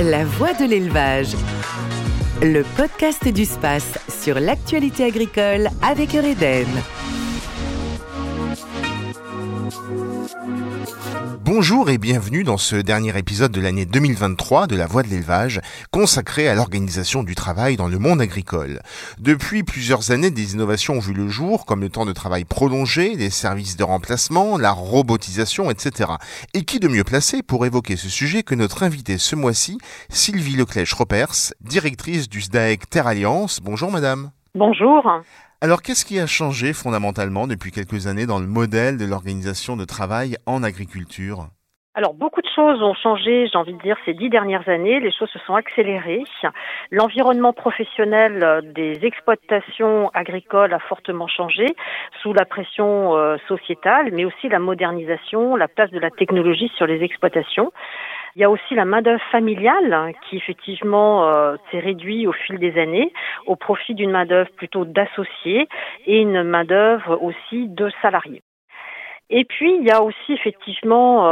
La voix de l'élevage, le podcast du SPACE sur l'actualité agricole avec Eureden. Bonjour et bienvenue dans ce dernier épisode de l'année 2023 de La Voix de l'élevage, consacré à l'organisation du travail dans le monde agricole. Depuis plusieurs années, des innovations ont vu le jour, comme le temps de travail prolongé, les services de remplacement, la robotisation, etc. Et qui de mieux placé pour évoquer ce sujet que notre invitée ce mois-ci, Sylvie Leclèche-Ropers, directrice du SDAEC Terre Alliance. Bonjour madame. Bonjour. Alors, qu'est-ce qui a changé fondamentalement depuis quelques années dans le modèle de l'organisation de travail en agriculture ? Alors, beaucoup de choses ont changé, j'ai envie de dire, ces 10 dernières années. Les choses se sont accélérées. L'environnement professionnel des exploitations agricoles a fortement changé sous la pression sociétale, mais aussi la modernisation, la place de la technologie sur les exploitations. Il y a aussi la main-d'œuvre familiale qui effectivement s'est réduite au fil des années au profit d'une main-d'œuvre plutôt d'associés et une main-d'œuvre aussi de salariés. Et puis, il y a aussi effectivement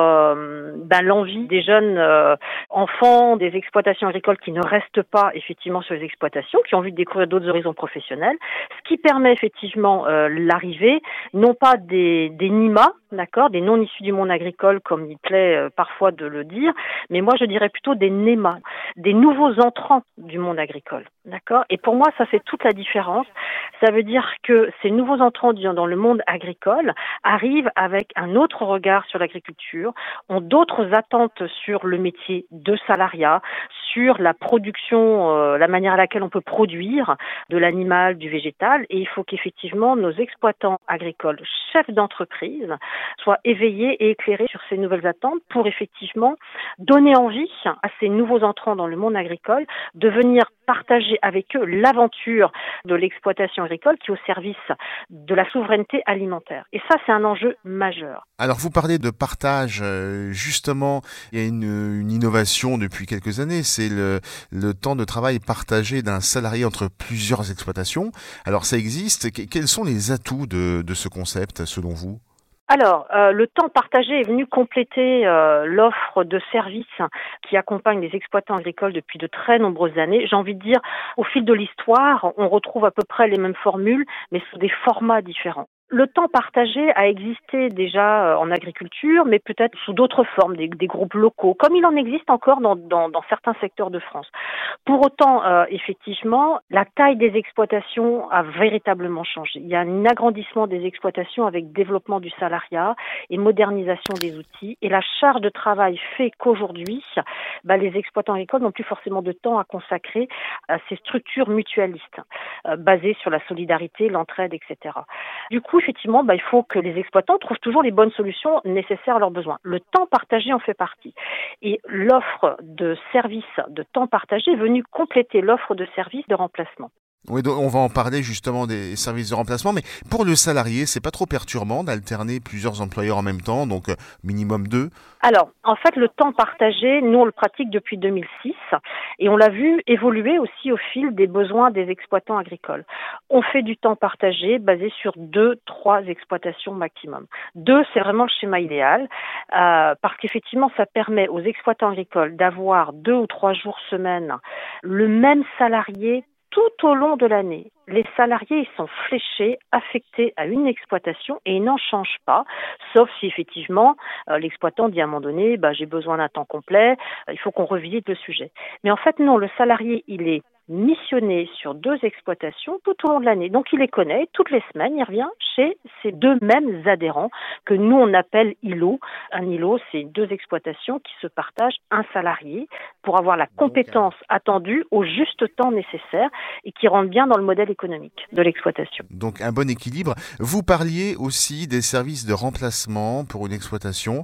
l'envie des jeunes enfants des exploitations agricoles qui ne restent pas effectivement sur les exploitations, qui ont envie de découvrir d'autres horizons professionnels, ce qui permet effectivement l'arrivée, non pas des NIMA, d'accord, des non issus du monde agricole, comme il plaît parfois de le dire, mais moi je dirais plutôt des NEMA, des nouveaux entrants du monde agricole, d'accord. Et pour moi, ça fait toute la différence. Ça veut dire que ces nouveaux entrants dans le monde agricole arrivent avec un autre regard sur l'agriculture, ont d'autres attentes sur le métier de salariat, sur la production, la manière à laquelle on peut produire de l'animal, du végétal, et il faut qu'effectivement nos exploitants agricoles, chefs d'entreprise, soient éveillés et éclairés sur ces nouvelles attentes pour effectivement donner envie à ces nouveaux entrants dans le monde agricole de venir partager avec eux l'aventure de l'exploitation agricole qui est au service de la souveraineté alimentaire. Et ça, c'est un enjeu majeur. Alors, vous parlez de partage, justement, il y a une innovation depuis quelques années, c'est le temps de travail partagé d'un salarié entre plusieurs exploitations. Alors, ça existe. Quels sont les atouts de ce concept, selon vous ? Alors, le temps partagé est venu compléter l'offre de services qui accompagne les exploitants agricoles depuis de très nombreuses années. J'ai envie de dire, au fil de l'histoire, on retrouve à peu près les mêmes formules, mais sous des formats différents. Le temps partagé a existé déjà en agriculture, mais peut-être sous d'autres formes, des groupes locaux, comme il en existe encore dans certains secteurs de France. Pour autant, effectivement, la taille des exploitations a véritablement changé. Il y a un agrandissement des exploitations avec développement du salariat et modernisation des outils. Et la charge de travail fait qu'aujourd'hui, les exploitants agricoles n'ont plus forcément de temps à consacrer à ces structures mutualistes, basées sur la solidarité, l'entraide, etc. Du coup, effectivement, il faut que les exploitants trouvent toujours les bonnes solutions nécessaires à leurs besoins. Le temps partagé en fait partie. Et l'offre de services de temps partagé est venue compléter l'offre de services de remplacement. Oui, donc on va en parler justement des services de remplacement, mais pour le salarié, c'est pas trop perturbant d'alterner plusieurs employeurs en même temps, donc minimum 2 ? Alors, en fait, le temps partagé, nous on le pratique depuis 2006 et on l'a vu évoluer aussi au fil des besoins des exploitants agricoles. On fait du temps partagé basé sur 2-3 exploitations maximum. 2, c'est vraiment le schéma idéal parce qu'effectivement, ça permet aux exploitants agricoles d'avoir 2 ou 3 jours semaine le même salarié tout au long de l'année. Les salariés, ils sont fléchés, affectés à une exploitation et ils n'en changent pas, sauf si effectivement l'exploitant dit à un moment donné, j'ai besoin d'un temps complet, il faut qu'on revisite le sujet. Mais en fait non, le salarié, il est missionné sur 2 exploitations tout au long de l'année. Donc il les connaît, toutes les semaines, il revient chez ces 2 mêmes adhérents que nous on appelle îlots. Un îlot, c'est 2 exploitations qui se partagent un salarié pour avoir la compétence attendue au juste temps nécessaire et qui rentre bien dans le modèle économique de l'exploitation. Donc un bon équilibre. Vous parliez aussi des services de remplacement pour une exploitation,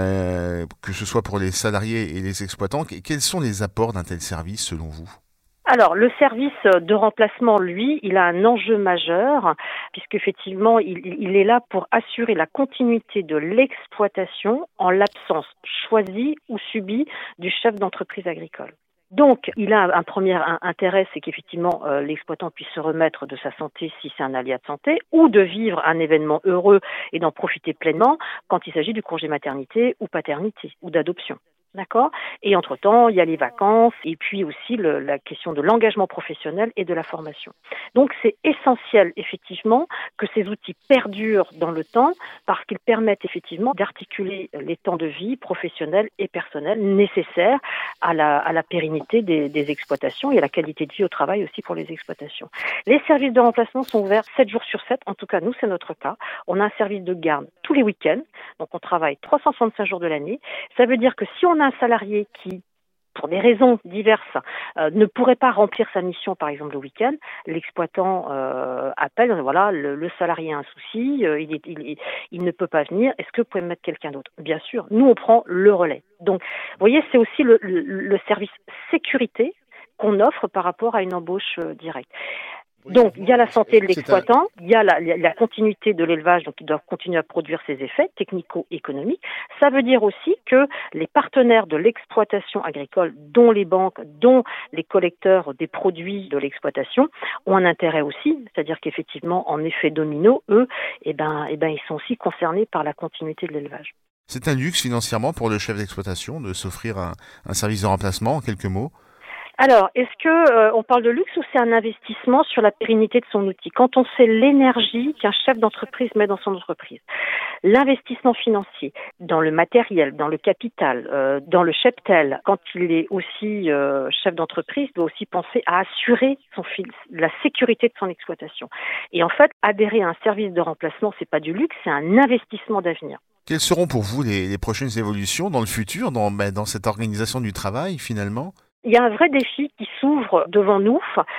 que ce soit pour les salariés et les exploitants. Quels sont les apports d'un tel service selon vous ? Alors, le service de remplacement, lui, il a un enjeu majeur, puisqu'effectivement, il est là pour assurer la continuité de l'exploitation en l'absence choisie ou subie du chef d'entreprise agricole. Donc, il a un premier intérêt, c'est qu'effectivement, l'exploitant puisse se remettre de sa santé si c'est un aléa de santé, ou de vivre un événement heureux et d'en profiter pleinement quand il s'agit du congé maternité ou paternité ou d'adoption. D'accord. Et entre-temps, il y a les vacances et puis aussi la question de l'engagement professionnel et de la formation. Donc, c'est essentiel, effectivement, que ces outils perdurent dans le temps parce qu'ils permettent effectivement d'articuler les temps de vie professionnels et personnels nécessaires à la pérennité des exploitations et à la qualité de vie au travail aussi pour les exploitations. Les services de remplacement sont ouverts 7 jours sur 7. En tout cas, nous, c'est notre cas. On a un service de garde tous les week-ends. Donc, on travaille 365 jours de l'année. Ça veut dire que si on a un salarié qui, pour des raisons diverses, ne pourrait pas remplir sa mission, par exemple le week-end, l'exploitant appelle, voilà, le salarié a un souci, il ne peut pas venir, est-ce que vous pouvez me mettre quelqu'un d'autre? Bien sûr, nous on prend le relais. Donc, vous voyez, c'est aussi le service sécurité qu'on offre par rapport à une embauche directe. Donc, il y a la santé de l'exploitant, il y a la continuité de l'élevage, donc il doit continuer à produire ses effets technico-économiques. Ça veut dire aussi que les partenaires de l'exploitation agricole, dont les banques, dont les collecteurs des produits de l'exploitation, ont un intérêt aussi, c'est-à-dire qu'effectivement, en effet domino, eux, ils sont aussi concernés par la continuité de l'élevage. C'est un luxe financièrement pour le chef d'exploitation de s'offrir un service de remplacement, en quelques mots? Alors, est-ce que on parle de luxe ou c'est un investissement sur la pérennité de son outil? Quand on sait l'énergie qu'un chef d'entreprise met dans son entreprise, l'investissement financier dans le matériel, dans le capital, dans le cheptel, quand il est aussi chef d'entreprise, doit aussi penser à assurer la sécurité de son exploitation. Et en fait, adhérer à un service de remplacement, c'est pas du luxe, c'est un investissement d'avenir. Quelles seront pour vous les prochaines évolutions dans le futur, dans cette organisation du travail finalement? Il y a un vrai défi qui s'ouvre devant nous.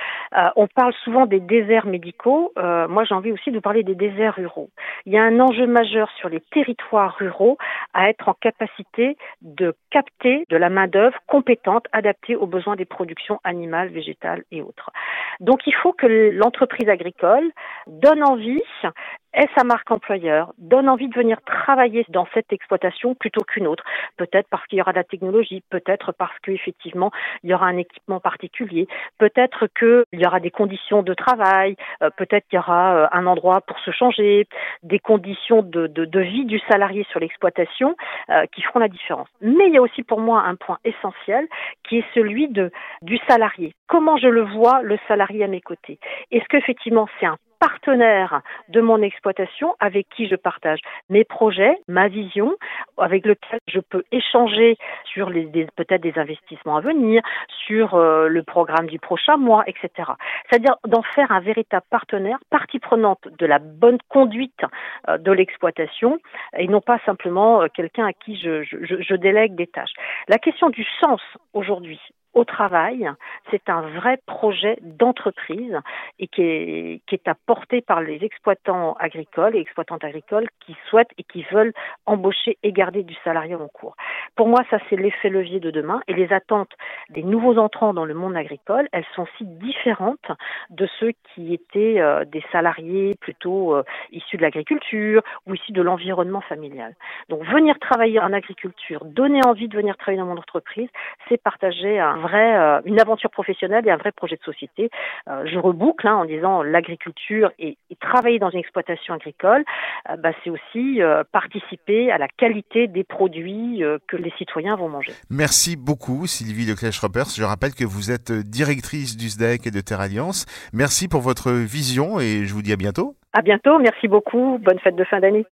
On parle souvent des déserts médicaux. Moi, j'ai envie aussi de parler des déserts ruraux. Il y a un enjeu majeur sur les territoires ruraux à être en capacité de capter de la main-d'œuvre compétente, adaptée aux besoins des productions animales, végétales et autres. Donc, il faut que l'entreprise agricole donne envie, ait sa marque employeur, donne envie de venir travailler dans cette exploitation plutôt qu'une autre. Peut-être parce qu'il y aura de la technologie, peut-être parce qu'effectivement, il y aura un équipement particulier, peut-être qu'il y aura des conditions de travail, peut-être qu'il y aura un endroit pour se changer, des conditions de vie du salarié sur l'exploitation qui feront la différence. Mais il y a aussi pour moi un point essentiel qui est celui du salarié. Comment je le vois, le salarié à mes côtés? Est-ce qu'effectivement c'est un partenaire de mon exploitation avec qui je partage mes projets, ma vision, avec lequel je peux échanger sur peut-être des investissements à venir, sur le programme du prochain mois, etc. C'est-à-dire d'en faire un véritable partenaire, partie prenante de la bonne conduite de l'exploitation et non pas simplement quelqu'un à qui je délègue des tâches. La question du sens aujourd'hui au travail, c'est un vrai projet d'entreprise et qui est apporté par les exploitants agricoles et exploitantes agricoles qui souhaitent et qui veulent embaucher et garder du salarié en cours. Pour moi, ça c'est l'effet levier de demain et les attentes des nouveaux entrants dans le monde agricole, elles sont si différentes de ceux qui étaient des salariés plutôt issus de l'agriculture ou issus de l'environnement familial. Donc venir travailler en agriculture, donner envie de venir travailler dans mon entreprise, c'est partager une aventure professionnelle et un vrai projet de société. Je reboucle en disant l'agriculture et travailler dans une exploitation agricole, c'est aussi participer à la qualité des produits que les citoyens vont manger. Merci beaucoup Sylvie Leclèche-Ropers. Je rappelle que vous êtes directrice du SDEC et de Terre Alliance. Merci pour votre vision et je vous dis à bientôt. À bientôt, merci beaucoup. Bonne fête de fin d'année.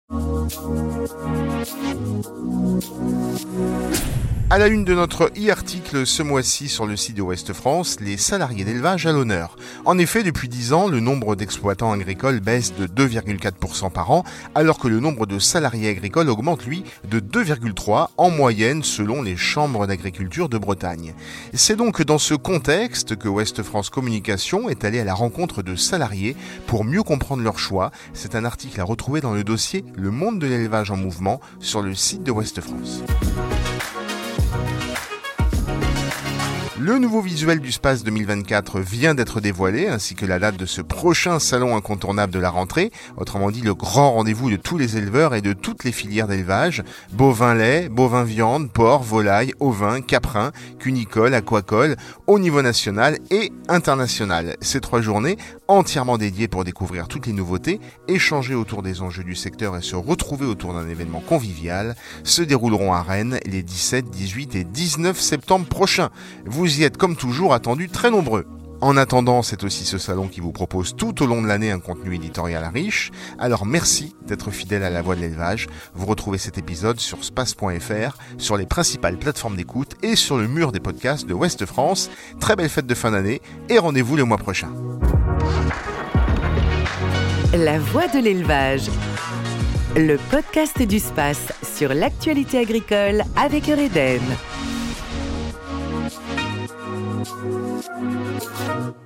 À la une de notre e-article ce mois-ci sur le site de Ouest France, les salariés d'élevage à l'honneur. En effet, depuis 10 ans, le nombre d'exploitants agricoles baisse de 2,4% par an, alors que le nombre de salariés agricoles augmente, lui, de 2,3% en moyenne selon les chambres d'agriculture de Bretagne. C'est donc dans ce contexte que Ouest France Communication est allé à la rencontre de salariés pour mieux comprendre leurs choix. C'est un article à retrouver dans le dossier Le monde de l'élevage en mouvement sur le site de Ouest France. Le nouveau visuel du Space 2024 vient d'être dévoilé, ainsi que la date de ce prochain salon incontournable de la rentrée, autrement dit le grand rendez-vous de tous les éleveurs et de toutes les filières d'élevage, bovin-lait, bovin-viande, porc, volaille, ovin, caprin, cunicole, aquacole, au niveau national et international. Ces 3 journées entièrement dédiées pour découvrir toutes les nouveautés, échanger autour des enjeux du secteur et se retrouver autour d'un événement convivial, se dérouleront à Rennes les 17, 18 et 19 septembre prochains. Vous y êtes comme toujours attendus très nombreux. En attendant, c'est aussi ce salon qui vous propose tout au long de l'année un contenu éditorial riche. Alors merci d'être fidèle à la voix de l'élevage. Vous retrouvez cet épisode sur space.fr, sur les principales plateformes d'écoute et sur le mur des podcasts de Ouest France. Très belle fête de fin d'année et rendez-vous le mois prochain. La voix de l'élevage, le podcast du Space sur l'actualité agricole avec Eureden.